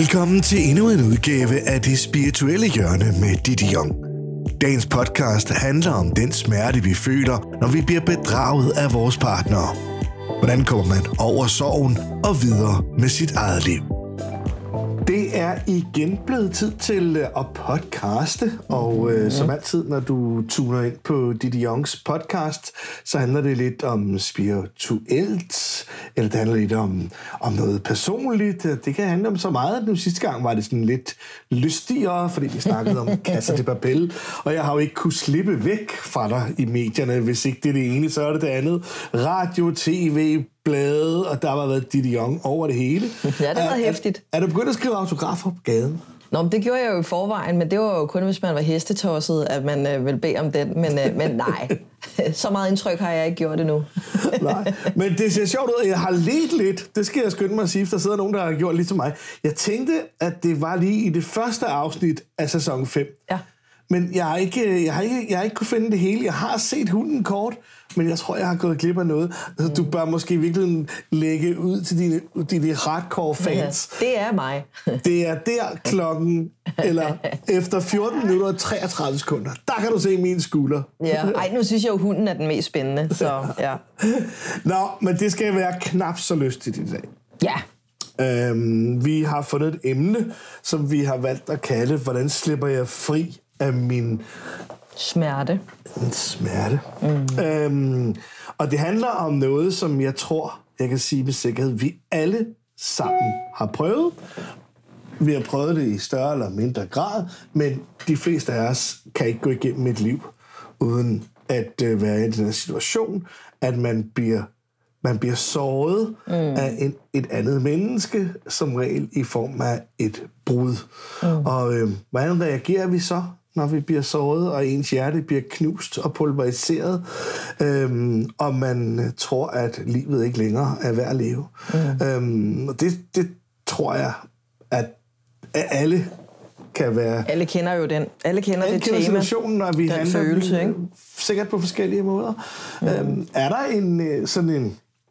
Velkommen til endnu en udgave af Det Spirituelle Hjørne med Ditte Jong. Dagens podcast handler om den smerte, vi føler, når vi bliver bedraget af vores partnere. Hvordan kommer man over sorgen og videre med sit eget liv? Det er igen blevet tid til at podcaste, og som altid, når du tuner ind på Ditte Jongs podcast, så handler det lidt om spirituelt, eller det handler lidt om noget personligt. Det kan handle om så meget. Nu sidste gang var det sådan lidt lystigere, fordi vi snakkede om Casa de Papel, og jeg har jo ikke kunnet slippe væk fra dig i medierne. Hvis ikke det er det ene, så er det det andet. Radio, tv, blade, og der har været Ditte Jong over det hele. Ja, det var hæftigt. Er du begyndt at skrive autografer på gaden? Nå, men det gjorde jeg jo i forvejen, men det var jo kun, hvis man var hestetosset, at man ville bede om den. Men nej, så meget indtryk har jeg ikke gjort endnu. Nej, men det ser sjovt ud. Jeg har let lidt. Det skal jeg skynde mig at sige, for der sidder nogen, der har gjort lige som mig. Jeg tænkte, at det var lige i det første afsnit af sæson 5. Ja. Men jeg har ikke kunne finde det hele. Jeg har set hunden kort, men jeg tror, jeg har gået glip af noget. Altså, du bør måske virkelig lægge ud til dine hardcore fans. Ja, det er mig. Det er der klokken, eller efter 14 minutter og 33 sekunder. Der kan du se mine skulder. Ja, nu synes jeg jo, hunden er den mest spændende. Så, ja. Nå, men det skal være knap så lystigt i dag. Ja. Vi har fundet et emne, som vi har valgt at kalde, hvordan slipper jeg fri af min smerte. Og det handler om noget, som jeg tror, jeg kan sige med sikkerhed, vi alle sammen har prøvet. Vi har prøvet det i større eller mindre grad, men de fleste af os kan ikke gå igennem et liv, uden at være i den her situation, at man bliver såret af et andet menneske, som regel i form af et brud. Og hvordan reagerer vi så, når vi bliver såret, og ens hjerte bliver knust og pulveriseret, og man tror, at livet ikke længere er værd at leve. Det tror jeg, at alle kan være... Alle kender jo den. Alle kender det tema. Situationen, og vi den følelse, ikke? Sikkert på forskellige måder. Er der sådan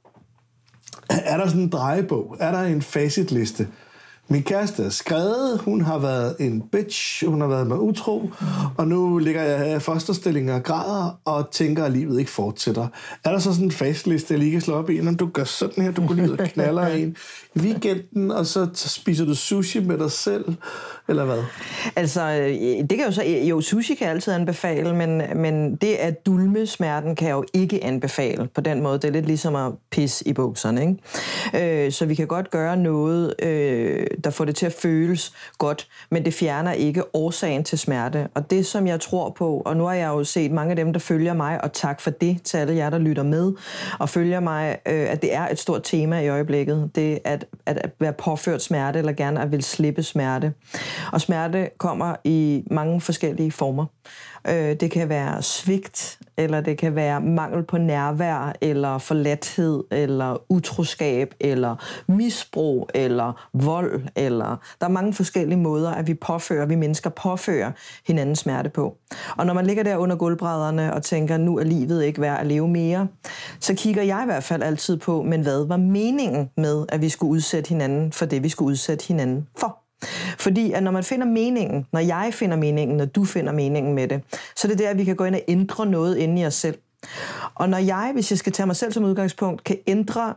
en drejebog? Er der en facitliste? Min kæreste er skrevet, hun har været en bitch, hun har været med utro, og nu ligger jeg i fosterstilling og græder, og tænker, at livet ikke fortsætter. Er der så sådan en facitliste, jeg lige kan slå op i, når du gør sådan her, du går lige ud og knaller en i weekenden, og så spiser du sushi med dig selv, eller hvad? Altså, det kan jo så... Jo, sushi kan jeg altid anbefale, men det at dulme smerten kan jeg jo ikke anbefale på den måde. Det er lidt ligesom at pisse i bukserne, ikke? Så vi kan godt gøre noget, der får det til at føles godt, men det fjerner ikke årsagen til smerte. Og det, som jeg tror på, og nu har jeg jo set mange af dem, der følger mig, og tak for det til alle jer, der lytter med, og følger mig, at det er et stort tema i øjeblikket. Det at være påført smerte, eller gerne at vil slippe smerte. Og smerte kommer i mange forskellige former. Det kan være svigt, eller det kan være mangel på nærvær, eller forladthed, eller utroskab, eller misbrug, eller vold, eller... Der er mange forskellige måder, at vi mennesker påfører hinanden smerte på. Og når man ligger der under gulvbrædderne og tænker, nu er livet ikke værd at leve mere, så kigger jeg i hvert fald altid på, men hvad var meningen med, at vi skulle udsætte hinanden for det, vi skulle udsætte hinanden for? Fordi at når man finder meningen, når jeg finder meningen, når du finder meningen med det, så er det der, at vi kan gå ind og ændre noget inde i os selv. Og når jeg, hvis jeg skal tage mig selv som udgangspunkt, kan ændre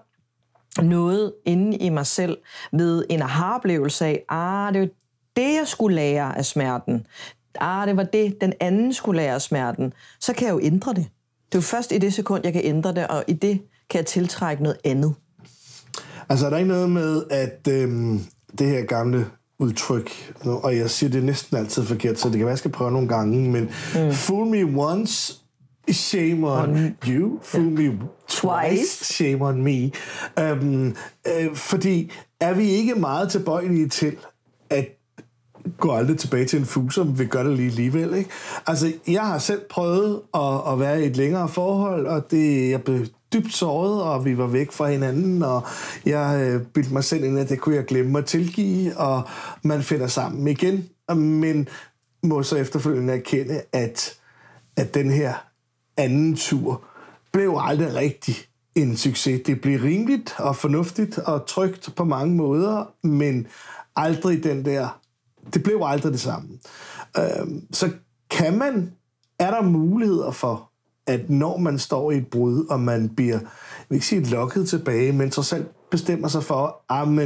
noget inde i mig selv ved en aha-oplevelse af, det er jo det, jeg skulle lære af smerten. Det var det, den anden skulle lære af smerten. Så kan jeg jo ændre det. Det er jo først i det sekund, jeg kan ændre det, og i det kan jeg tiltrække noget andet. Altså er der ikke noget med, at det her gamle udtryk, og jeg siger det næsten altid forkert, så det kan være, at jeg skal prøve nogle gange, men fool me once, shame on you. Fool me twice, shame on me. Fordi er vi ikke meget tilbøjelige til at gå aldrig tilbage til en fuser, men vi gør det lige alligevel, ikke? Altså, jeg har selv prøvet at være i et længere forhold, og jeg blev dybt såret, og vi var væk fra hinanden, og jeg bildte mig selv ind, at det kunne jeg glemme at tilgive, og man finder sammen igen, men må så efterfølgende erkende, at den her anden tur blev aldrig rigtig en succes. Det blev rimeligt og fornuftigt og trygt på mange måder, men aldrig den der... Det blev aldrig det samme. Så er der muligheder for, at når man står i et brud, og man bliver, jeg vil ikke sige lokket tilbage, men trods alt bestemmer sig for,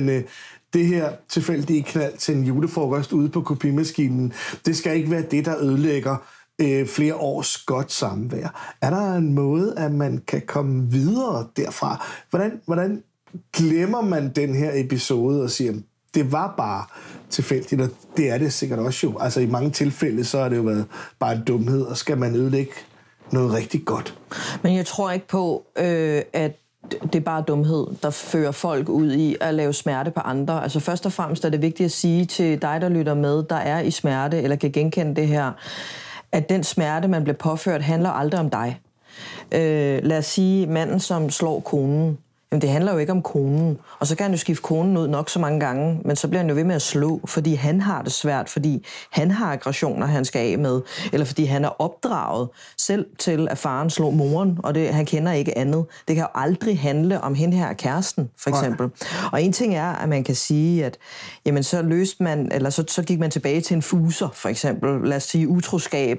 det her tilfældige knald til en julefrokost ude på kopimaskinen, det skal ikke være det, der ødelægger flere års godt samvær. Er der en måde, at man kan komme videre derfra? Hvordan glemmer man den her episode og siger, det var bare tilfældigt, og det er det sikkert også jo. Altså i mange tilfælde, så har det jo været bare en dumhed, og skal man ødelægge noget rigtig godt. Men jeg tror ikke på, at det er bare dumhed, der fører folk ud i at lave smerte på andre. Altså først og fremmest er det vigtigt at sige til dig, der lytter med, der er i smerte, eller kan genkende det her, at den smerte, man bliver påført, handler aldrig om dig. Lad os sige, manden, som slår konen, jamen det handler jo ikke om konen. Og så kan han jo skifte konen ud nok så mange gange, men så bliver han jo ved med at slå, fordi han har det svært, fordi han har aggressioner, han skal af med, eller fordi han er opdraget selv til, at faren slog moren, og han kender ikke andet. Det kan jo aldrig handle om hende her kæresten, for eksempel. Nej. Og en ting er, at man kan sige, at jamen, så løste man, eller så gik man tilbage til en fuser, for eksempel. Lad os sige utroskab,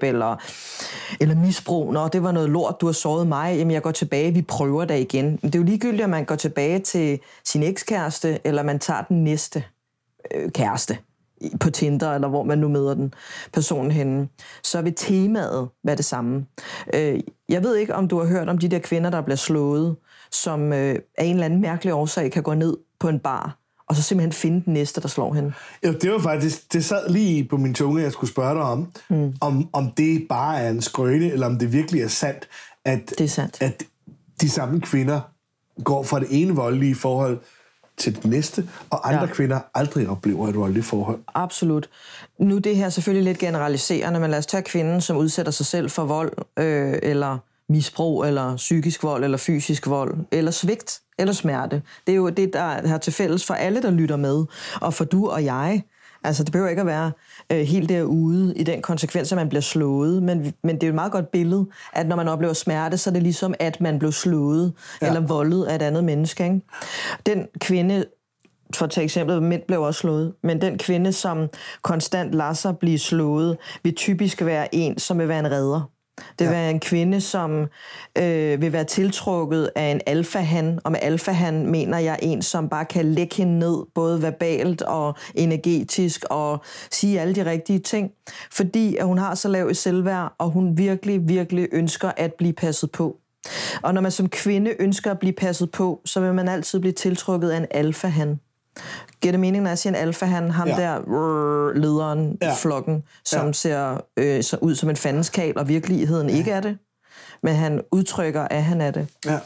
eller misbrug. Nå, det var noget lort, du har såret mig. Jamen, jeg går tilbage, vi prøver det igen. Men det er jo ligegyldigt, at man går tilbage til sin ekskæreste, eller man tager den næste kæreste på Tinder, eller hvor man nu møder den person henne, så vil temaet være det samme. Jeg ved ikke, om du har hørt om de der kvinder, der bliver slået, som af en eller anden mærkelig årsag kan gå ned på en bar, og så simpelthen finde den næste, der slår hende. Jo, det var faktisk, det sad lige på min tunge, jeg skulle spørge dig om det bare er en skrøne, eller om det virkelig er sandt, det er sandt. At de samme kvinder går fra det ene voldelige forhold til det næste, og andre kvinder aldrig oplever et voldeligt forhold. Absolut. Nu det her selvfølgelig lidt generaliserende, men lad os tage kvinden, som udsætter sig selv for vold, eller misbrug, eller psykisk vold, eller fysisk vold, eller svigt, eller smerte. Det er jo det, der har til fælles for alle, der lytter med, og for du og jeg. Altså, det behøver ikke at være helt derude i den konsekvens, at man bliver slået, men det er jo et meget godt billede, at når man oplever smerte, så er det ligesom, at man blev slået eller voldet af et andet menneske. Ikke? Den kvinde, for at tage eksemplet, mænd blev også slået, men den kvinde, som konstant lader sig blive slået, vil typisk være en, som vil være en redder. Det vil være en kvinde, som vil være tiltrukket af en alfahan, og med alfahan mener jeg en, som bare kan lægge hende ned, både verbalt og energetisk, og sige alle de rigtige ting, fordi at hun har så lav et selvværd, og hun virkelig, virkelig ønsker at blive passet på. Og når man som kvinde ønsker at blive passet på, så vil man altid blive tiltrukket af en alfahan. Giver det mening, når jeg siger en alfahan, ham der lederen i flokken, som ser så ud som en fandenskab, og virkeligheden ikke er det, men han udtrykker, at han er det. Ja.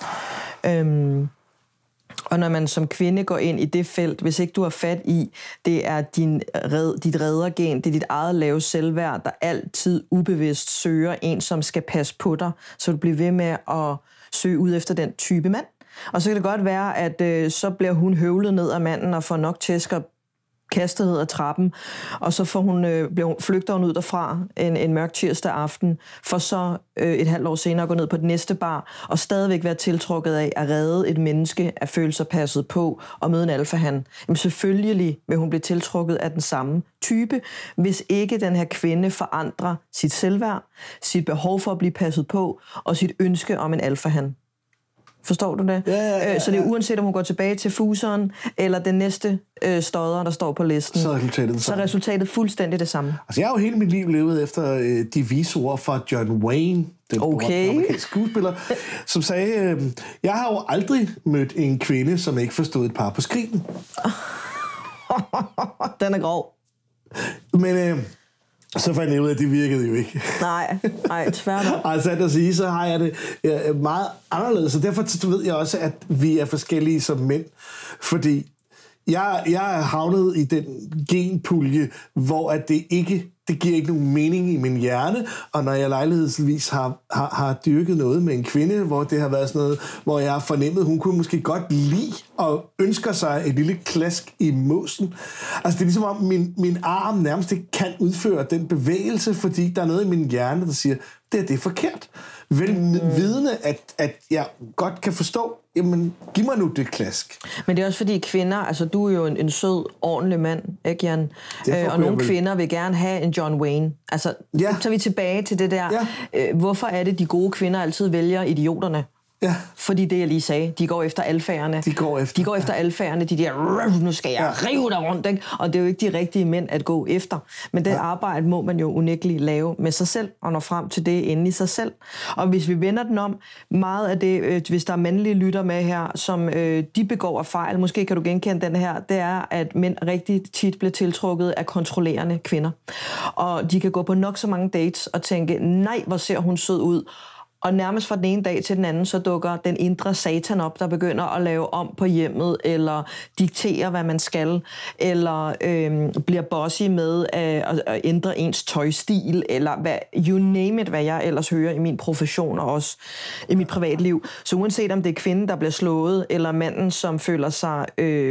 Og når man som kvinde går ind i det felt, hvis ikke du har fat i, det er dit reddergen, det er dit eget lave selvværd, der altid ubevidst søger en, som skal passe på dig, så du bliver ved med at søge ud efter den type mand. Og så kan det godt være, at så bliver hun høvlet ned af manden og får nok tæsk og kastet ned ad trappen, og så flygter hun ud derfra en mørk tirsdag aften, for så et halvt år senere at gå ned på den næste bar, og stadigvæk være tiltrukket af at redde et menneske, at føle sig passet på, og møde en alfahan. Jamen selvfølgelig vil hun blive tiltrukket af den samme type, hvis ikke den her kvinde forandrer sit selvværd, sit behov for at blive passet på, og sit ønske om en alfahan. Forstår du det? Ja. Så det er uanset, om hun går tilbage til fuseren, eller den næste stodder, der står på listen. Så er resultatet fuldstændig det samme. Altså, jeg har jo hele mit liv levet efter de vise ord fra John Wayne, den amerikanske skuespiller, som sagde, jeg har jo aldrig mødt en kvinde, som ikke forstod et par på skrigen. Den er grov. Men så fandt jeg ud af, at det virkede jo ikke. Nej, tværtom. Altså at sige, så har jeg det meget anderledes, og derfor ved jeg også, at vi er forskellige som mænd. Fordi jeg er havnet i den genpulje, hvor at det giver ikke nogen mening i min hjerne, og når jeg lejlighedsvis har dyrket noget med en kvinde, hvor det har været sådan noget, hvor jeg har fornemmet, hun kunne måske godt lide og ønsker sig et lille klask i måsen. Altså det er ligesom om min arm nærmest ikke kan udføre den bevægelse, fordi der er noget i min hjerne, der siger, det er forkert. Vidende, at jeg godt kan forstå, jamen, giv mig nu det klask. Men det er også fordi kvinder, altså du er jo en sød, ordentlig mand, ikke Jan? Og nogle kvinder vil gerne have en John Wayne. Altså, så er vi tilbage til det der, hvorfor er det, de gode kvinder altid vælger idioterne? Ja. Fordi det, jeg lige sagde, de går efter alfagerne. De går efter alfagerne, de der, nu skal jeg rive dig rundt, ikke? Og det er jo ikke de rigtige mænd at gå efter. Men det arbejde må man jo unægteligt lave med sig selv, og nå frem til det inde i sig selv. Og hvis vi vender den om, meget af det, hvis der er mandlige lytter med her, som de begår af fejl, måske kan du genkende den her, det er, at mænd rigtig tit bliver tiltrukket af kontrollerende kvinder. Og de kan gå på nok så mange dates og tænke, nej, hvor ser hun sød ud. Og nærmest fra den ene dag til den anden, så dukker den indre satan op, der begynder at lave om på hjemmet, eller diktere, hvad man skal, eller bliver bossy med at ændre ens tøjstil, eller you name it, hvad jeg ellers hører i min profession og også i mit privatliv. Så uanset om det er kvinden, der bliver slået, eller manden, som føler sig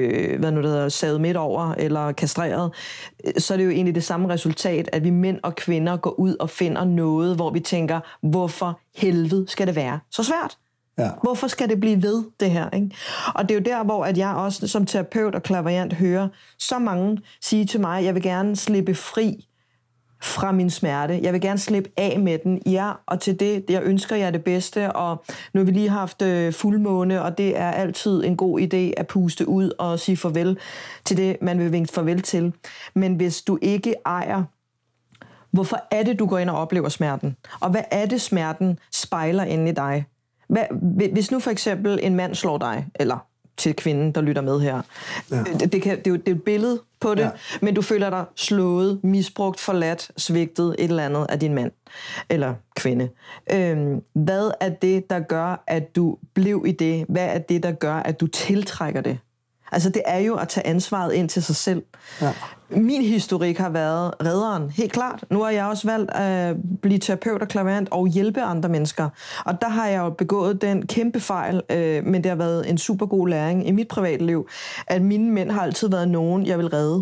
savet midt over, eller kastreret, så er det jo egentlig det samme resultat, at vi mænd og kvinder går ud og finder noget, hvor vi tænker, hvorfor helvede skal det være så svært? Ja. Hvorfor skal det blive ved, det her? Ikke? Og det er jo der, hvor at jeg også som terapeut og clairvoyant hører så mange sige til mig, jeg vil gerne slippe fri fra min smerte. Jeg vil gerne slippe af med den. Ja, og til det, jeg ønsker jer det bedste, og nu har vi lige haft fuldmåne, og det er altid en god idé at puste ud og sige farvel til det, man vil vinke farvel til. Men hvis du ikke ejer, hvorfor er det, du går ind og oplever smerten? Og hvad er det, smerten spejler inde i dig? Hvis nu for eksempel en mand slår dig, eller til kvinden, der lytter med her. Ja. Det er jo et billede på det, men du føler dig slået, misbrugt, forladt, svigtet et eller andet af din mand eller kvinde. Hvad er det, der gør, at du blev i det? Hvad er det, der gør, at du tiltrækker det? Altså, det er jo at tage ansvaret ind til sig selv. Ja. Min historik har været redderen, helt klart. Nu har jeg også valgt at blive terapeut og clairvoyant og hjælpe andre mennesker. Og der har jeg jo begået den kæmpe fejl, men det har været en super god læring i mit privatliv, at mine mænd har altid været nogen, jeg vil redde.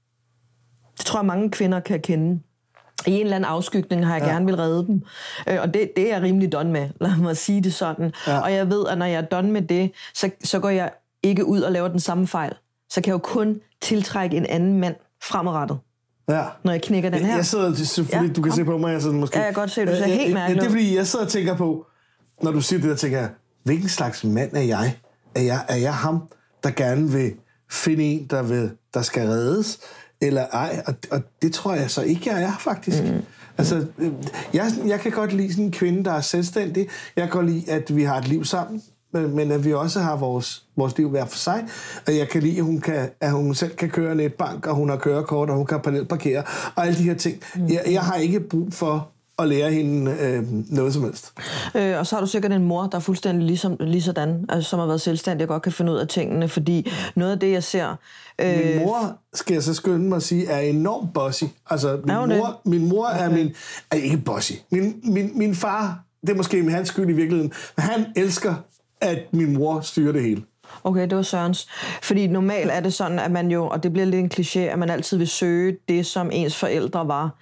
Det tror jeg, mange kvinder kan kende. I en eller anden afskygning har jeg gerne vil redde dem. Og det er jeg rimelig done med, lad mig sige det sådan. Ja. Og jeg ved, at når jeg er done med det, så går jeg ikke ud og laver den samme fejl. Så kan jeg jo kun tiltrække en anden mand fremadrettet. Ja. Når jeg knækker den her. Jeg sidder, fordi du kan se på mig, jeg sidder måske... Ja, jeg kan godt se, du ser helt mærkeligt. Det er fordi, jeg sidder og tænker på, når du siger det, der tænker jeg, hvilken slags mand er jeg? Er jeg ham, der gerne vil finde en, der skal reddes? Eller ej? Og det tror jeg så ikke, jeg er faktisk. Altså, jeg kan godt lide sådan en kvinde, der er selvstændig. Jeg kan godt lide, at vi har et liv sammen. Men at vi også har vores liv hver for sig. Og jeg kan lide, at hun selv kan køre netbank, og hun har kørekort, og hun kan parallelparkere, og alle de her ting. Jeg har ikke brug for at lære hende noget som helst. Og så har du sikkert en mor, der er fuldstændig lige sådan, altså, som har været selvstændig og godt kan finde ud af tingene, fordi noget af det, jeg ser... Min mor, skal jeg så skynde mig at sige, er enormt bossy. Altså, min mor er ikke bossy. Min far, det er måske hans skyld i virkeligheden, men han elsker, at min mor styrer det hele. Okay, det var Sørens. Fordi normalt er det sådan, at man jo, og det bliver lidt en kliché, at man altid vil søge det, som ens forældre var.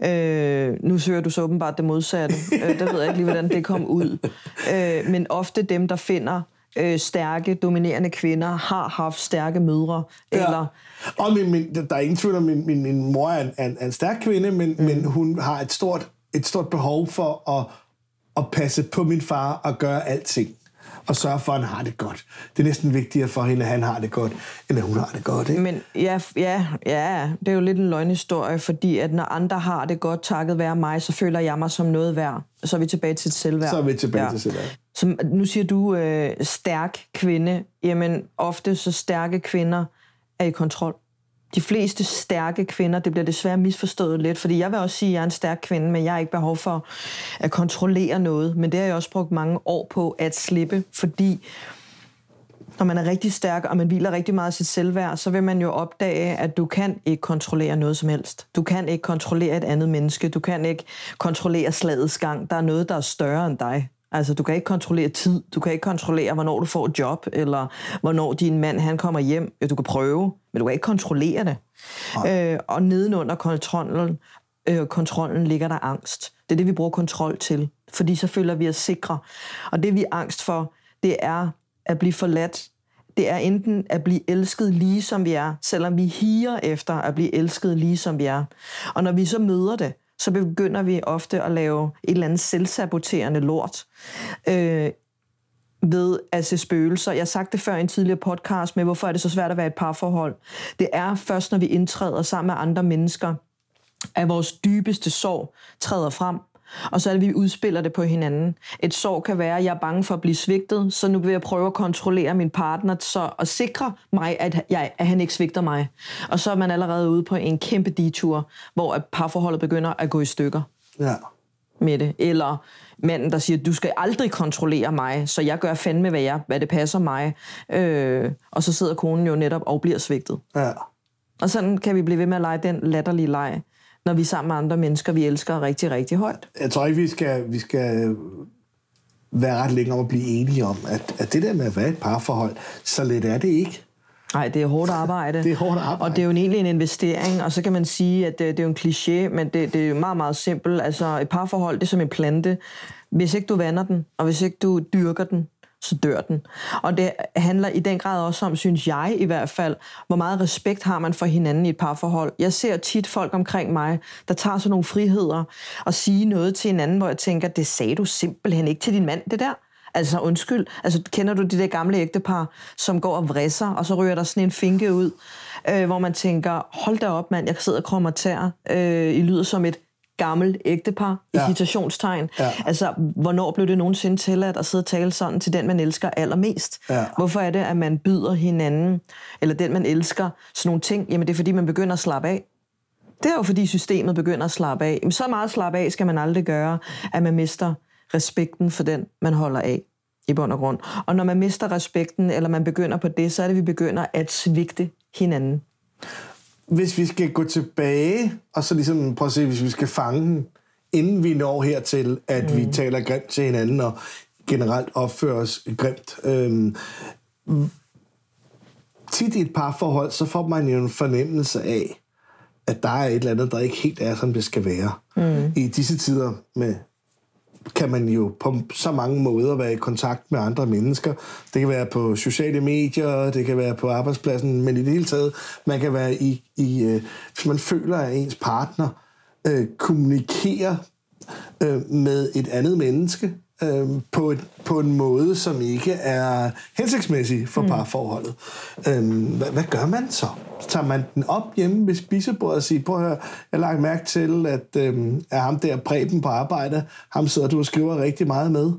Nu søger du så åbenbart det modsatte. Der ved jeg ikke lige, hvordan det kom ud. Men ofte dem, der finder stærke, dominerende kvinder, har haft stærke mødre. Ja. Eller... Og der er ingen tvivl om, min mor er en stærk kvinde, men hun har et stort behov for at passe på min far og gøre alting. Og sørge for, at han har det godt. Det er næsten vigtigere for hende, at han har det godt, end at hun har det godt. Ikke? Men ja, det er jo lidt en løgnhistorie, fordi at når andre har det godt, takket være mig, så føler jeg mig som noget værd. Så er vi tilbage til et selvværd. Til selvværd. Så nu siger du stærk kvinde. Jamen, ofte så stærke kvinder er i kontrol. De fleste stærke kvinder, det bliver desværre misforstået lidt, fordi jeg vil også sige, at jeg er en stærk kvinde, men jeg har ikke behov for at kontrollere noget. Men det har jeg også brugt mange år på at slippe, fordi når man er rigtig stærk, og man hviler rigtig meget af sit selvværd, så vil man jo opdage, at du kan ikke kontrollere noget som helst. Du kan ikke kontrollere et andet menneske. Du kan ikke kontrollere slagets gang. Der er noget, der er større end dig. Altså, du kan ikke kontrollere tid. Du kan ikke kontrollere, hvornår du får et job, eller hvornår din mand han kommer hjem. Du kan prøve, men du kan ikke kontrollere det. Og nedenunder kontrollen ligger der angst. Det er det, vi bruger kontrol til, fordi så føler vi os sikre. Og det, vi er angst for, det er at blive forladt. Det er enten at blive elsket lige som vi er, selvom vi higer efter at blive elsket lige som vi er. Og når vi så møder det, så begynder vi ofte at lave et eller andet selvsaboterende lort. Ved at se spøgelser. Jeg har sagt det før i en tidligere podcast med, hvorfor er det så svært at være et parforhold. Det er først, når vi indtræder sammen med andre mennesker, at vores dybeste sorg træder frem, og så er det, vi udspiller det på hinanden. Et sorg kan være, at jeg er bange for at blive svigtet, så nu vil jeg prøve at kontrollere min partner og sikre mig, at han ikke svigter mig. Og så er man allerede ude på en kæmpe detur, hvor parforholdet begynder at gå i stykker. Ja. Med det. Eller manden, der siger, du skal aldrig kontrollere mig, så jeg gør fandme, hvad det passer mig. Og så sidder konen jo netop og bliver svigtet. Ja. Og sådan kan vi blive ved med at lege den latterlige leg, når vi er sammen med andre mennesker, vi elsker rigtig, rigtig højt. Jeg tror ikke, vi skal være ret længe om at blive enige om, at det der med at være et parforhold, så let er det ikke. Nej, det er hårdt arbejde. Det er hårdt arbejde. Og det er jo egentlig en investering, og så kan man sige, at det er jo en kliché, men det er jo meget, meget simpelt. Altså et parforhold, det er som en plante. Hvis ikke du vander den, og hvis ikke du dyrker den, så dør den. Og det handler i den grad også om, synes jeg i hvert fald, hvor meget respekt har man for hinanden i et parforhold. Jeg ser tit folk omkring mig, der tager sådan nogle friheder og siger noget til hinanden, hvor jeg tænker, det sagde du simpelthen ikke til din mand, det der. Altså undskyld, altså kender du de der gamle ægtepar, som går og vrisser, og så ryger der sådan en finke ud, hvor man tænker, hold da op mand, jeg sidder og krummer tær, I lyder som et gammelt ægtepar, i citationstegn. Ja. Altså, hvornår blev det nogensinde tilladt at sidde og tale sådan til den, man elsker allermest? Ja. Hvorfor er det, at man byder hinanden, eller den, man elsker, sådan nogle ting? Jamen, det er, fordi man begynder at slappe af. Det er jo, fordi systemet begynder at slappe af. Men så meget slappe af skal man aldrig gøre, at man mister respekten for den, man holder af i bund og grund. Og når man mister respekten, eller man begynder på det, så er det, vi begynder at svigte hinanden. Hvis vi skal gå tilbage, og så ligesom prøve at se, hvis vi skal fange den, inden vi når hertil, at vi taler grimt til hinanden, og generelt opfører os grimt. Tit i et parforhold, så får man jo en fornemmelse af, at der er et eller andet, der ikke helt er, som det skal være. I disse tider kan man jo på så mange måder være i kontakt med andre mennesker. Det kan være på sociale medier, det kan være på arbejdspladsen, men i det hele taget, man kan være hvis man føler, at ens partner kommunikerer med et andet menneske på en måde, som ikke er hensigtsmæssig for parforholdet. Hvad gør man så? Tager man den op hjemme ved spisebordet og siger, prøv at høre, jeg har lagt mærke til, at ham der Preben på arbejde, ham sidder du og skriver rigtig meget med.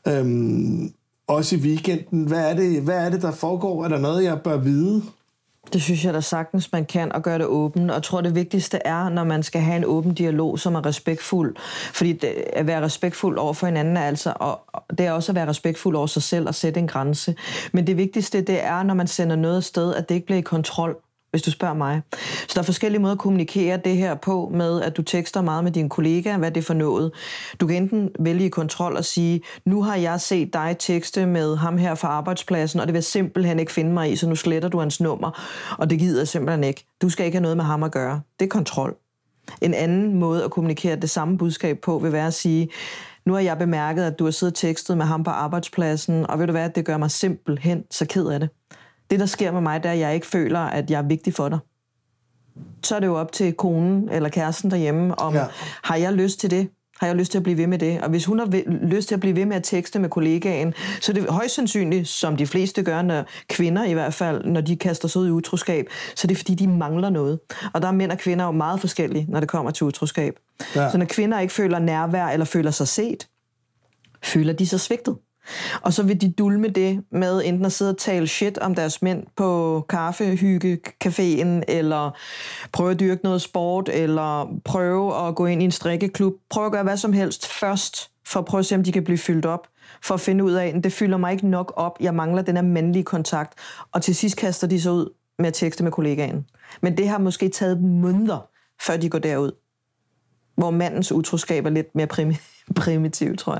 Også i weekenden. Hvad er det, der foregår? Er der noget, jeg bør vide? Det synes jeg da sagtens, man kan, og gøre det åbent. Og jeg tror, det vigtigste er, når man skal have en åben dialog, som er respektfuld. Fordi at være respektfuld over for hinanden er altså, og det er også at være respektfuld over sig selv og sætte en grænse. Men det vigtigste, det er, når man sender noget afsted, at det ikke bliver i kontrol, hvis du spørger mig. Så der er forskellige måder at kommunikere det her på, med at du tekster meget med dine kollegaer, hvad det er for noget. Du kan enten vælge i kontrol og sige, nu har jeg set dig tekste med ham her fra arbejdspladsen, og det vil simpelthen ikke finde mig i, så nu sletter du hans nummer, og det gider jeg simpelthen ikke. Du skal ikke have noget med ham at gøre. Det er kontrol. En anden måde at kommunikere det samme budskab på, vil være at sige, nu har jeg bemærket, at du har siddet tekstet med ham på arbejdspladsen, og ved du hvad, det gør mig simpelthen så ked af det. Det, der sker med mig, det er, at jeg ikke føler, at jeg er vigtig for dig. Så er det jo op til konen eller kæresten derhjemme, om har jeg lyst til det? Har jeg lyst til at blive ved med det? Og hvis hun har lyst til at blive ved med at tekste med kollegaen, så er det højst sandsynligt, som de fleste gør, når kvinder i hvert fald, når de kaster sig ud i utroskab, så er det fordi, de mangler noget. Og der er mænd og kvinder jo meget forskellige, når det kommer til utroskab. Ja. Så når kvinder ikke føler nærvær eller føler sig set, føler de sig svigtet. Og så vil de dulme det med enten at sidde og tale shit om deres mænd på kaffehygge-caféen, eller prøve at dyrke noget sport, eller prøve at gå ind i en strikkeklub. Prøve at gøre hvad som helst først, for at prøve at se, om de kan blive fyldt op. For at finde ud af, at det fylder mig ikke nok op. Jeg mangler den her mandlige kontakt. Og til sidst kaster de sig ud med at tekste med kollegaen. Men det har måske taget måneder, før de går derud. Hvor mandens utroskab er lidt mere primitiv, tror jeg.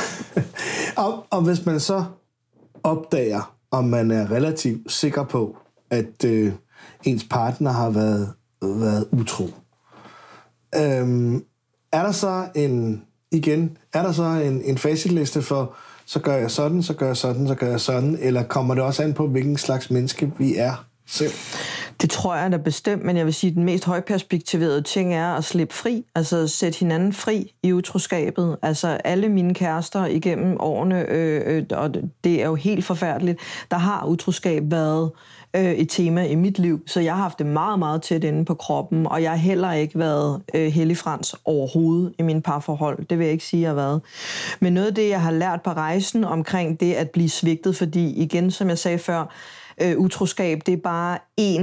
Og hvis man så opdager, om man er relativt sikker på, at ens partner har været utro, er der så igen, er der så en facitliste for, så gør jeg sådan, så gør jeg sådan, så gør jeg sådan, eller kommer det også an på, hvilken slags menneske vi er selv? Det tror jeg da bestemt, men jeg vil sige, at den mest højperspektiverede ting er at slippe fri, altså sætte hinanden fri i utroskabet. Altså alle mine kærester igennem årene, og det er jo helt forfærdeligt, der har utroskab været et tema i mit liv, så jeg har haft det meget, meget tæt inde på kroppen, og jeg har heller ikke været hellig frans overhovedet i mine parforhold. Det vil jeg ikke sige, jeg har været. Men noget af det, jeg har lært på rejsen omkring det at blive svigtet, fordi igen, som jeg sagde før, utroskab, det er bare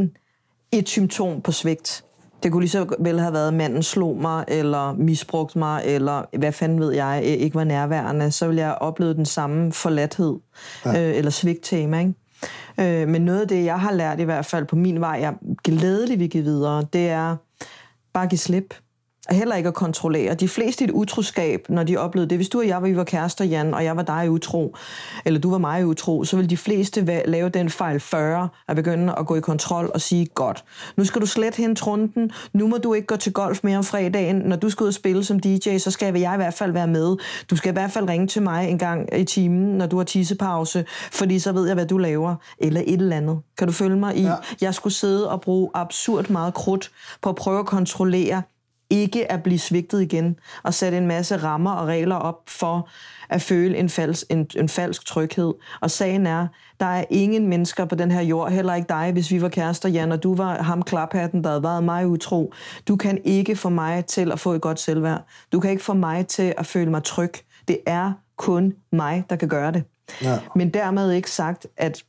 et symptom på svigt. Det kunne lige så vel have været, at manden slog mig, eller misbrugte mig, eller hvad fanden ved jeg, ikke var nærværende. Så ville jeg opleve den samme forladthed, eller svigttema, ikke? Men noget af det, jeg har lært i hvert fald på min vej, jeg glædeligt vil give videre, det er bare at give slip. Og heller ikke at kontrollere. De fleste i et utroskab, når de oplevede det, hvis du og jeg var kærester, Jan, og jeg var dig utro, eller du var mig utro, så vil de fleste lave den fejl 40 at begynde at gå i kontrol og sige, godt, nu skal du slet hente runden, nu må du ikke gå til golf mere om fredagen, når du skal ud og spille som DJ, så skal jeg i hvert fald være med. Du skal i hvert fald ringe til mig en gang i timen, når du har tissepause, fordi så ved jeg, hvad du laver, eller et eller andet. Kan du følge mig i? Ja. Jeg skulle sidde og bruge absurd meget krudt på at prøve at kontrollere ikke at blive svigtet igen, og sætte en masse rammer og regler op for at føle en falsk tryghed. Og sagen er, der er ingen mennesker på den her jord, heller ikke dig, hvis vi var kærester, Jan, og du var ham klaphatten, der havde været mig utro. Du kan ikke få mig til at få et godt selvværd. Du kan ikke få mig til at føle mig tryg. Det er kun mig, der kan gøre det. Ja. Men dermed ikke sagt, at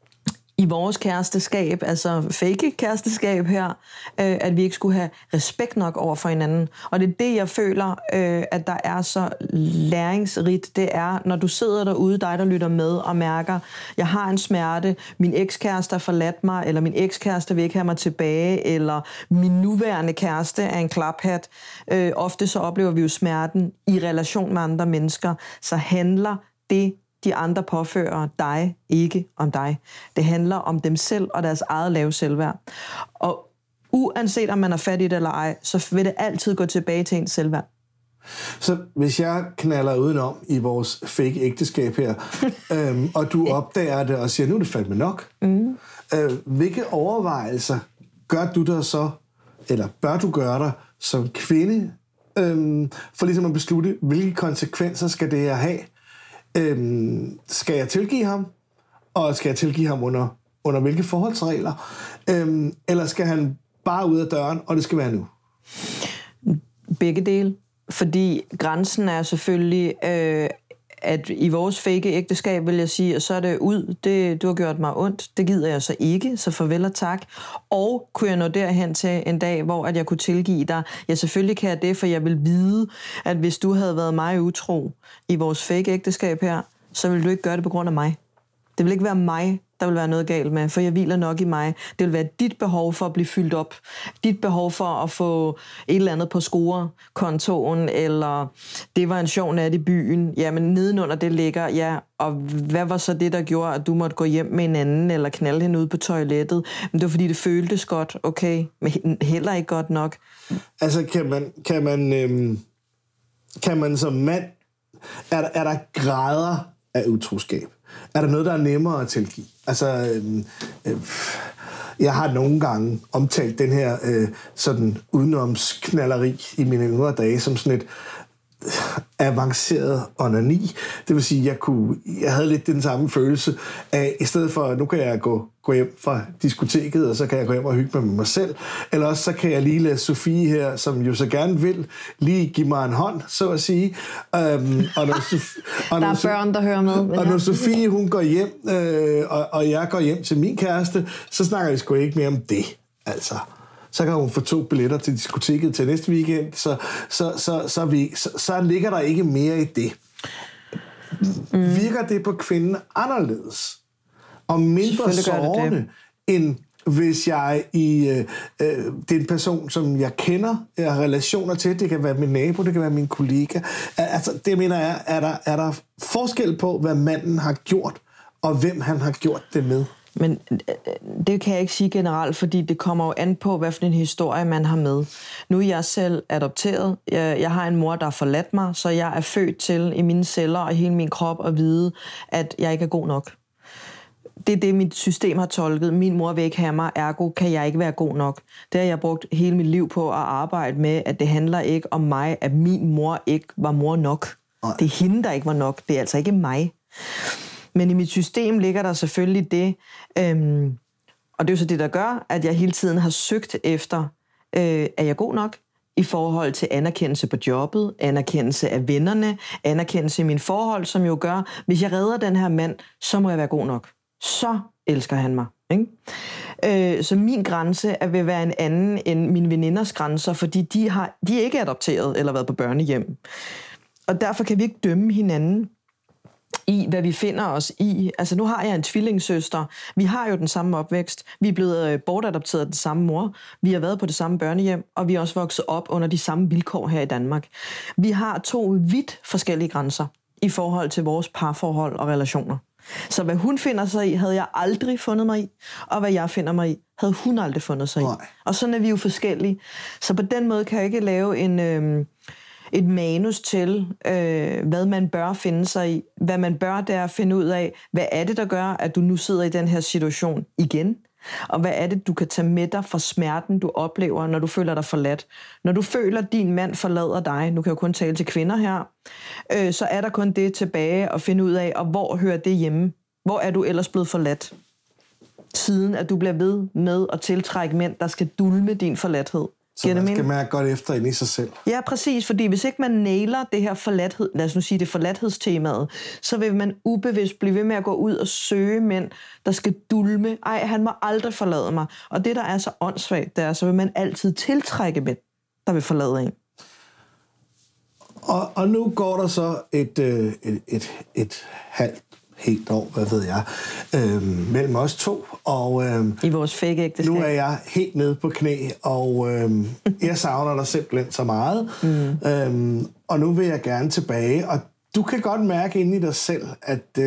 i vores kæresteskab, altså fake kæresteskab her, at vi ikke skulle have respekt nok over for hinanden. Og det er det, jeg føler, at der er så læringsrigt. Det er, når du sidder derude, dig der lytter med og mærker, jeg har en smerte, min ekskæreste har forladt mig, eller min ekskæreste vil ikke have mig tilbage, eller min nuværende kæreste er en klaphat. Ofte så oplever vi jo smerten i relation med andre mennesker. Så handler det, de andre påfører dig, ikke om dig. Det handler om dem selv og deres eget lave selvværd. Og uanset om man er fattig eller ej, så vil det altid gå tilbage til ens selvværd. Så hvis jeg knaller udenom i vores fake ægteskab her, og du opdager det og siger, nu er det fandme nok, hvilke overvejelser gør du der så, eller bør du gøre dig som kvinde, for ligesom at beslutte, hvilke konsekvenser skal det her have? Skal jeg tilgive ham? Og skal jeg tilgive ham under hvilke forholdsregler? Eller skal han bare ud af døren, og det skal være nu? Begge dele. Fordi grænsen er selvfølgelig, at i vores fake ægteskab vil jeg sige, at så er det ud, du har gjort mig ondt, det gider jeg så ikke, så farvel og tak. Og kunne jeg nå derhen til en dag, hvor at jeg kunne tilgive dig? Ja, selvfølgelig kan jeg det, for jeg vil vide, at hvis du havde været mig utro i vores fake ægteskab her, så ville du ikke gøre det på grund af mig. Det vil ikke være mig, der vil være noget galt med, for jeg hviler nok i mig. Det vil være dit behov for at blive fyldt op. Dit behov for at få et eller andet på scorekontoen, eller det var en sjov nat i byen. Jamen nedenunder det ligger, ja, og hvad var så det, der gjorde, at du måtte gå hjem med en anden, eller knalde hende ud på toilettet? Men det var fordi, det føltes godt, okay, men heller ikke godt nok. Altså, kan man som mand, er der grader af utroskab? Er der noget, der er nemmere at tilgive? Altså, jeg har nogle gange omtalt den her sådan udenomsknalleri i mine yngre dage som sådan et avanceret onani. Det vil sige, jeg havde lidt den samme følelse af, i stedet for, nu kan jeg gå hjem fra diskoteket, og så kan jeg gå hjem og hygge mig med mig selv, eller også så kan jeg lige lade Sofie her, som jo så gerne vil, lige give mig en hånd, så at sige. Der er børn, der hører med. Og når Sofie, hun går hjem, og jeg går hjem til min kæreste, så snakker vi sgu ikke mere om det, altså. Så kan hun få 2 billetter til diskoteket til næste weekend, så ligger der ikke mere i det. Virker det på kvinden anderledes? Og mindre sårende, end hvis jeg det er en person, som jeg kender, jeg har relationer til, det kan være min nabo, det kan være min kollega. Altså, det mener jeg, er der forskel på, hvad manden har gjort, og hvem han har gjort det med? Men det kan jeg ikke sige generelt, fordi det kommer jo an på, hvad for en historie man har med. Nu er jeg selv adopteret. Jeg har en mor, der har forladt mig, så jeg er født til i mine celler og hele min krop at vide, at jeg ikke er god nok. Det er det, mit system har tolket. Min mor vil ikke have mig, ergo kan jeg ikke være god nok. Det har jeg brugt hele mit liv på at arbejde med, at det handler ikke om mig, at min mor ikke var mor nok. Nej. Det er hende, der ikke var nok. Det er altså ikke mig. Men i mit system ligger der selvfølgelig det, og det er jo så det, der gør, at jeg hele tiden har søgt efter, er jeg god nok i forhold til anerkendelse på jobbet, anerkendelse af vennerne, anerkendelse i mine forhold, som jo gør, hvis jeg redder den her mand, så må jeg være god nok. Så elsker han mig. Ikke? Så min grænse vil være en anden end mine veninders grænser, fordi de er ikke adopteret eller været på børnehjem. Og derfor kan vi ikke dømme hinanden i, hvad vi finder os i. Altså, nu har jeg en tvillingssøster. Vi har jo den samme opvækst. Vi er blevet bortadopteret af den samme mor. Vi har været på det samme børnehjem, og vi er også vokset op under de samme vilkår her i Danmark. Vi har 2 vidt forskellige grænser i forhold til vores parforhold og relationer. Så hvad hun finder sig i, havde jeg aldrig fundet mig i, og hvad jeg finder mig i, havde hun aldrig fundet sig i. Og sådan er vi jo forskellige. Så på den måde kan jeg ikke lave et manus til, hvad man bør finde sig i. Hvad man bør, det er at finde ud af, hvad er det, der gør, at du nu sidder i den her situation igen? Og hvad er det, du kan tage med dig fra smerten, du oplever, når du føler dig forladt? Når du føler, at din mand forlader dig, nu kan jeg jo kun tale til kvinder her, så er der kun det tilbage at finde ud af, og hvor hører det hjemme? Hvor er du ellers blevet forladt? Siden at du bliver ved med at tiltrække mænd, der skal dulme din forladthed. Så man skal mærke godt efter ind i sig selv. Ja, præcis, fordi hvis ikke man nailer det her forladthed, lad os nu sige det forladthedstemaet, så vil man ubevidst blive ved med at gå ud og søge mænd, der skal dulme. Ej, han må aldrig forlade mig. Og det, der er så åndssvagt, det er, så vil man altid tiltrække mænd, der vil forlade en. Og nu går der så et halvt helt år, hvad ved jeg, mellem os 2. Og, i vores fake ægteskab. Nu er jeg helt nede på knæ, og jeg savner dig simpelthen så meget. Og nu vil jeg gerne tilbage. Og du kan godt mærke inde i dig selv, at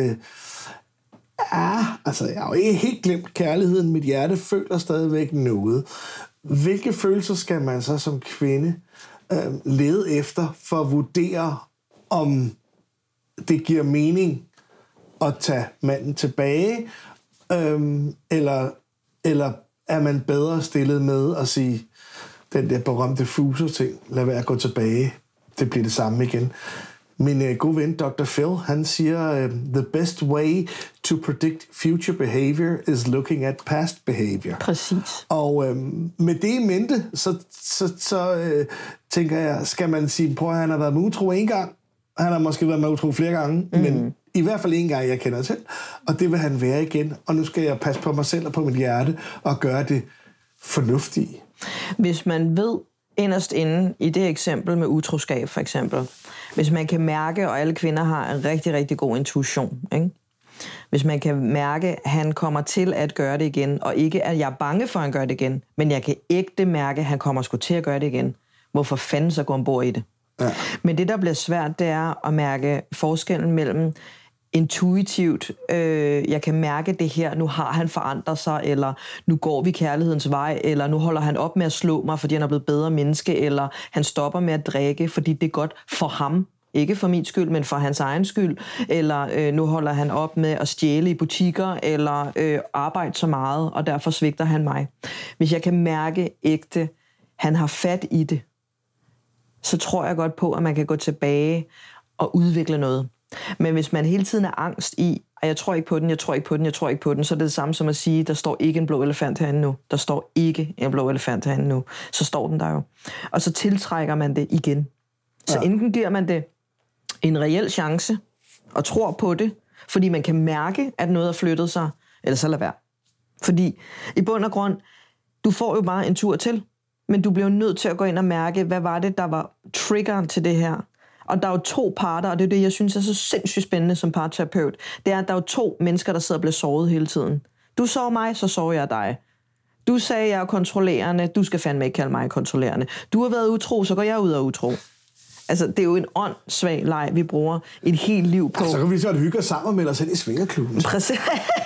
altså, jeg har jo ikke helt glemt kærligheden. Mit hjerte føler stadigvæk noget. Hvilke følelser skal man så som kvinde lede efter for at vurdere, om det giver mening at tage manden tilbage, eller er man bedre stillet med at sige, den der berømte fuser-ting, lad være at gå tilbage, det bliver det samme igen. Min gode ven, Dr. Phil, han siger, the best way to predict future behavior is looking at past behavior. Præcis. Og med det i mente, så tænker jeg, skal man sige, prøv at han har været med utro en gang, han har måske været med utro flere gange, men i hvert fald en gang, jeg kender til, og det vil han være igen, og nu skal jeg passe på mig selv og på mit hjerte, og gøre det fornuftigt. Hvis man ved inderst inde, i det eksempel med utroskab for eksempel, hvis man kan mærke, og alle kvinder har en rigtig, rigtig god intuition, ikke? Hvis man kan mærke, at han kommer til at gøre det igen, og ikke at jeg er bange for, at han gør det igen, men jeg kan ægte mærke, at han kommer sgu til at gøre det igen, hvorfor fanden så går ombord i det? Ja. Men det, der bliver svært, det er at mærke forskellen mellem intuitivt, jeg kan mærke det her, nu har han forandret sig, eller nu går vi kærlighedens vej, eller nu holder han op med at slå mig, fordi han er blevet bedre menneske, eller han stopper med at drikke, fordi det er godt for ham, ikke for min skyld, men for hans egen skyld, eller nu holder han op med at stjæle i butikker, eller arbejde så meget, og derfor svigter han mig. Hvis jeg kan mærke ægte, han har fat i det, så tror jeg godt på, at man kan gå tilbage og udvikle noget. Men hvis man hele tiden er angst i, at jeg tror ikke på den, jeg tror ikke på den, jeg tror ikke på den, så er det det samme som at sige, der står ikke en blå elefant herinde nu. Der står ikke en blå elefant herinde nu. Så står den der jo. Og så tiltrækker man det igen. Så enten giver man det en reel chance og tror på det, fordi man kan mærke, at noget har flyttet sig, eller så lad være. Fordi i bund og grund, du får jo bare en tur til, men du bliver nødt til at gå ind og mærke, hvad var det, der var triggeren til det her. Og der er jo 2 parter, og det er det, jeg synes er så sindssygt spændende som parterapeut. Det er, at der er jo 2 mennesker, der sidder og bliver såret hele tiden. Du sår mig, så sår jeg dig. Du sagde, jeg er kontrollerende. Du skal fandme ikke kalde mig kontrollerende. Du har været utro, så går jeg ud og utro. Altså, det er jo en åndssvag leg, vi bruger et helt liv på. Så kan vi så hygge os sammen og melde os ind i svingerklubben. Præcis.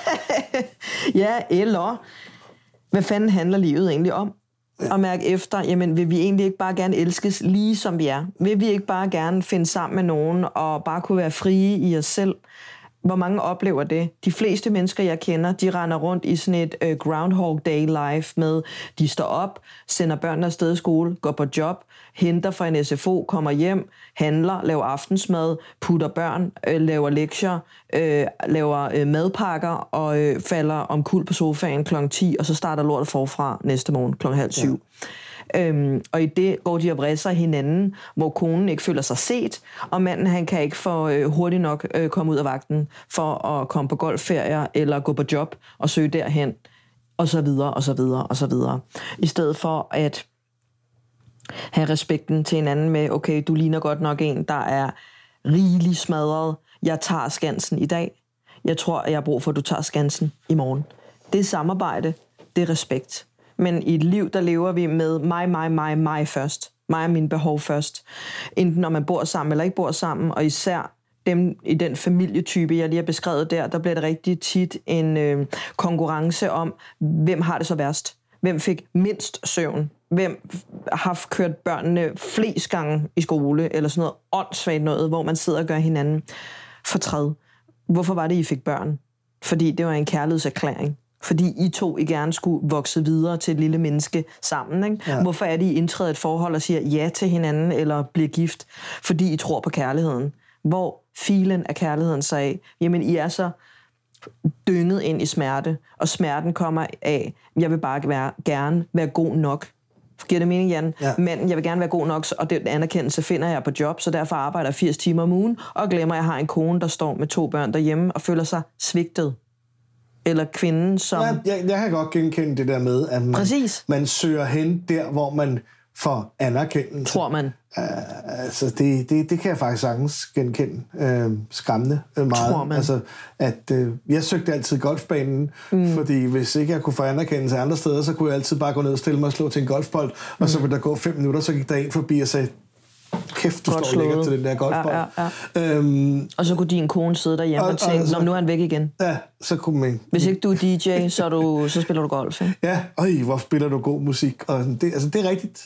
Ja, eller hvad fanden handler livet egentlig om? Og mærke efter, jamen vil vi egentlig ikke bare gerne elskes lige som vi er? Vil vi ikke bare gerne finde sammen med nogen og bare kunne være frie i os selv? Hvor mange oplever det? De fleste mennesker, jeg kender, de render rundt i sådan et Groundhog Day life med, de står op, sender børnene afsted i skole, går på job, henter fra en SFO, kommer hjem, handler, laver aftensmad, putter børn, laver lektier, laver madpakker og falder omkuld på sofaen kl. 10, og så starter lortet forfra næste morgen kl. 6:30. Ja. Og i det går de og vrisser hinanden, hvor konen ikke føler sig set, og manden han kan ikke få hurtigt nok komme ud af vagten for at komme på golfferier eller gå på job og søge derhen, og så videre, og så videre, og så videre. I stedet for at have respekten til hinanden med, okay, du ligner godt nok en, der er rigeligt smadret. Jeg tager skansen i dag. Jeg tror, at jeg har brug for, at du tager skansen i morgen. Det er samarbejde, det er respekt. Men i et liv, der lever vi med mig først. Mig og mine behov først. Enten når man bor sammen eller ikke bor sammen, og især dem i den familietype, jeg lige har beskrevet der bliver det rigtig tit en konkurrence om, hvem har det så værst? Hvem fik mindst søvn? Hvem har kørt børnene flest gange i skole? Eller sådan noget åndssvagt noget, hvor man sidder og gør hinanden fortræd. Hvorfor var det, I fik børn? Fordi det var en kærlighedserklæring. Fordi I to I gerne skulle vokse videre til et lille menneske sammen. Ikke? Ja. Hvorfor er det, I indtræder et forhold og siger ja til hinanden eller bliver gift? Fordi I tror på kærligheden. Hvor filen af kærligheden så af? Jamen, I er så dynget ind i smerte, og smerten kommer af, jeg vil bare gerne være god nok. Giver det mening, Jan? Ja. Men jeg vil gerne være god nok, og den anerkendelse finder jeg på job, så derfor arbejder jeg 80 timer om ugen, og glemmer, at jeg har en kone, der står med 2 børn derhjemme og føler sig svigtet. Eller kvinden, som... Ja, jeg kan godt genkende det der med, at man søger hen der, hvor man får anerkendelse. Tror man. Altså, det kan jeg faktisk sagtens genkende. Skræmmende meget. Tror man. Altså, at jeg søgte altid golfbanen, fordi hvis ikke jeg kunne få anerkendelse andre steder, så kunne jeg altid bare gå ned og stille mig og slå til en golfbold, og så ville der gå 5 minutter, så gik der en forbi og sagde, kæft, du godt står lækkert til den der golfbold. Ja. Og så kunne din kone sidde derhjemme og tænke, nu er han væk igen. Ja, så kunne man... Hvis ikke du er DJ, så spiller du golf, ikke? Ja, hvor spiller du god musik. Og det er rigtigt.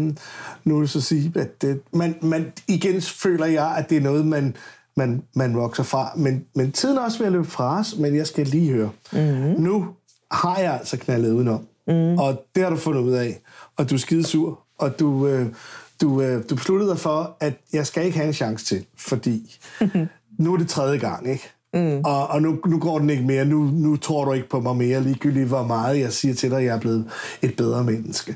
Nu vil jeg så sige, at man igen føler jeg, at det er noget, man vokser fra. Men tiden er også ved at løbe fra os, men jeg skal lige høre. Mm-hmm. Nu har jeg altså knaldet udenom. Mm. Og det har du fundet ud af. Og du er skidesur. Og du besluttede dig for, at jeg skal ikke have en chance til, fordi nu er det 3. gang, ikke? Mm. Og nu går den ikke mere. Nu tror du ikke på mig mere, ligegyldigt hvor meget jeg siger til dig, at jeg er blevet et bedre menneske.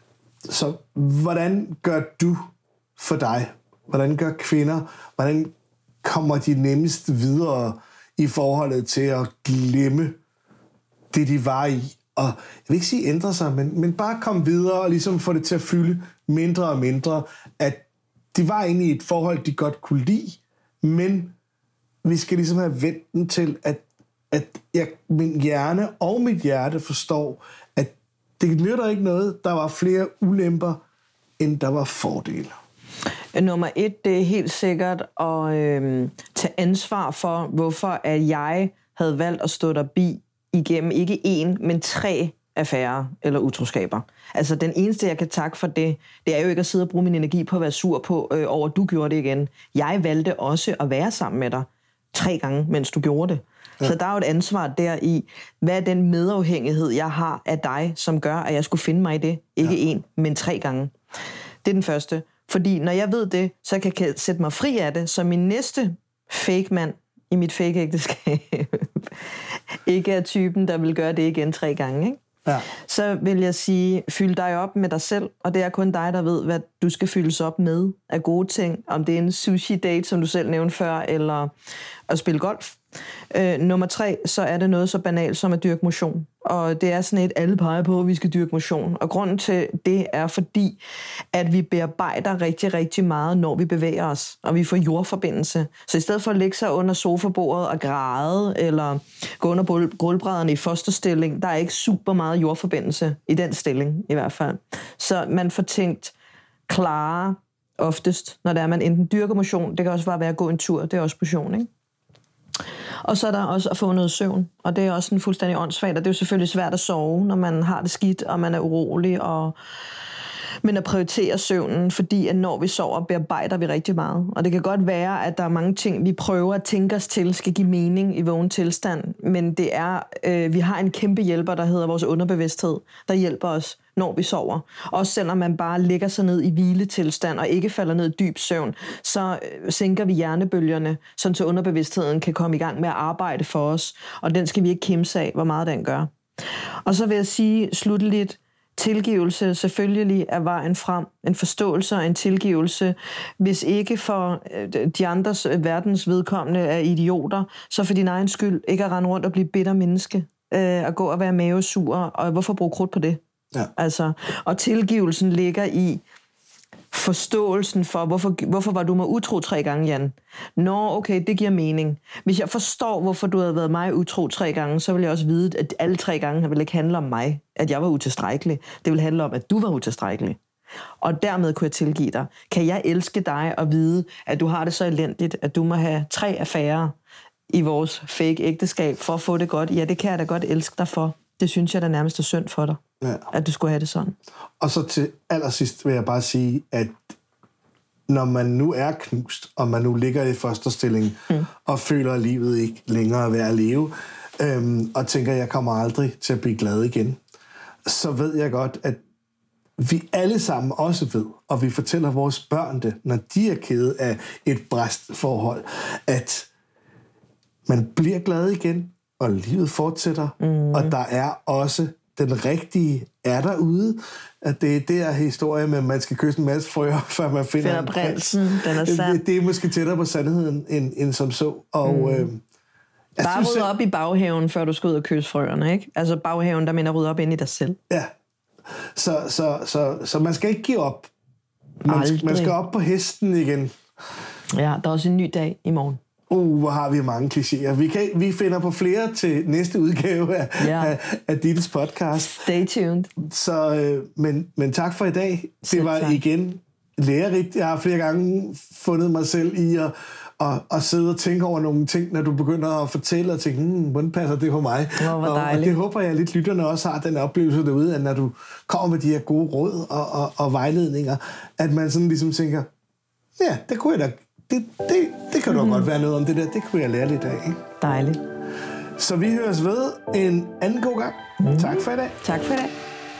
Så hvordan gør du for dig? Hvordan gør kvinder? Hvordan kommer de nemmest videre i forholdet til at glemme det, de var i? Og jeg vil ikke sige ændre sig, men bare komme videre og ligesom få det til at fylde mindre og mindre, at det var egentlig et forhold, de godt kunne lide, men vi skal ligesom have vendt den til, at min hjerne og mit hjerte forstår, at det nytter ikke noget, der var flere ulemper, end der var fordele. Nummer 1, det er helt sikkert at tage ansvar for, hvorfor at jeg havde valgt at stå der igennem ikke 1, men 3 affærer eller utroskaber. Altså den eneste, jeg kan takke for det er jo ikke at sidde og bruge min energi på at være sur på, over at du gjorde det igen. Jeg valgte også at være sammen med dig 3 gange, mens du gjorde det. Ja. Så der er jo et ansvar der i, hvad er den medafhængighed, jeg har af dig, som gør, at jeg skulle finde mig i det. Ikke 1, men 3 gange. Det er den første. Fordi når jeg ved det, så kan jeg sætte mig fri af det, så min næste fake mand i mit fake ægteskab ikke er typen, der vil gøre det igen 3 gange, ikke? Ja. Så vil jeg sige, fyld dig op med dig selv, og det er kun dig, der ved, hvad du skal fyldes op med af gode ting. Om det er en sushi-date, som du selv nævnte før, eller at spille golf. Nummer 3, så er det noget så banalt som at dyrke motion. Og det er sådan et, alle peger på, at vi skal dyrke motion. Og grunden til det er fordi, at vi bearbejder rigtig, rigtig meget, når vi bevæger os. Og vi får jordforbindelse. Så i stedet for at ligge sig under sofabordet og græde, eller gå under gulvbrædderne i fosterstilling, der er ikke super meget jordforbindelse i den stilling i hvert fald. Så man får tænkt klare, oftest, når det er, man enten dyrker motion, det kan også bare være at gå en tur, det er også motion, ikke? Og så er der også at få noget søvn, og det er også en fuldstændig åndssvagt, og det er jo selvfølgelig svært at sove, når man har det skidt, og man er urolig, men at prioritere søvnen, fordi at når vi sover, bearbejder vi rigtig meget. Og det kan godt være, at der er mange ting, vi prøver at tænke os til, skal give mening i vågen tilstand, men det er, vi har en kæmpe hjælper, der hedder vores underbevidsthed, der hjælper os, når vi sover. Også selvom man bare ligger sig ned i hviletilstand og ikke falder ned i dyb søvn, så sænker vi hjernebølgerne, sådan så underbevidstheden kan komme i gang med at arbejde for os, og den skal vi ikke kimse af, hvor meget den gør. Og så vil jeg sige slutteligt, tilgivelse selvfølgelig er vejen frem. En forståelse og en tilgivelse. Hvis ikke for de andres verdens vedkommende er idioter, så for din egen skyld ikke at rende rundt og blive bitter menneske. At gå og være mavesur. Og hvorfor bruge krudt på det? Ja. Altså, og tilgivelsen ligger i forståelsen for, hvorfor var du mig utro 3 gange, Jan? Nå, okay, det giver mening. Hvis jeg forstår, hvorfor du havde været mig utro 3 gange, så vil jeg også vide, at alle 3 gange ville ikke handle om mig, at jeg var utilstrækkelig. Det ville handle om, at du var utilstrækkelig. Og dermed kunne jeg tilgive dig. Kan jeg elske dig og vide, at du har det så elendigt, at du må have 3 affærer i vores fake ægteskab for at få det godt? Ja, det kan jeg da godt elske dig for. Det synes jeg da nærmest er synd for dig, at du skulle have det sådan. Og så til allersidst vil jeg bare sige, at når man nu er knust, og man nu ligger i fosterstilling, og føler, at livet ikke længere er værd at leve, og tænker, at jeg kommer aldrig til at blive glad igen, så ved jeg godt, at vi alle sammen også ved, og vi fortæller vores børn det, når de er kede af et bræstforhold, at man bliver glad igen, og livet fortsætter, og der er også den rigtige er derude, at det er der historie med, at man skal kysse en masse frøer, før man finder en prins. Den er sand. Det er måske tættere på sandheden, end som så. Og, bare rydde op i baghaven, før du skal ud og kysse frøerne, ikke? Altså baghaven, der mener rydde op ind i dig selv. Ja, så man skal ikke give op. Man skal op på hesten igen. Ja, der er også en ny dag i morgen. Hvor har vi mange klichéer. Vi finder på flere til næste udgave af Dittes podcast. Stay tuned. Så, men tak for i dag. Det var igen lærerigt. Jeg har flere gange fundet mig selv i at sidde og tænke over nogle ting, når du begynder at fortælle og tænke, hvordan passer det på mig? Og det håber jeg, at lidt lytterne også har den oplevelse derude, at når du kommer med de her gode råd og vejledninger, at man sådan ligesom tænker, ja, det kunne jeg da. Det kan da godt være noget om det der. Det kunne jeg lære lidt af. Ikke? Dejligt. Så vi høres ved en anden god gang. Tak for i dag. Tak for i dag.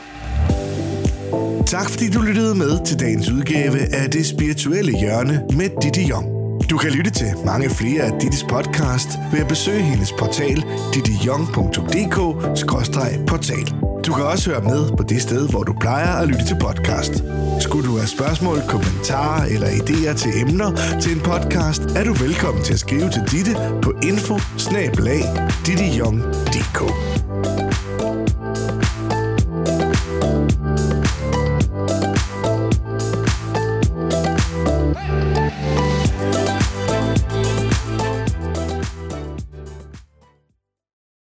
Tak fordi du lyttede med til dagens udgave af Det Spirituelle Hjørne med Ditte Jong. Du kan lytte til mange flere af Dittes podcast ved at besøge hendes portal dittejong.dk/portal. Du kan også høre med på det sted, hvor du plejer at lytte til podcast. Skulle du have spørgsmål, kommentarer eller idéer til emner til en podcast, er du velkommen til at skrive til Ditte på info@dittejong.dk.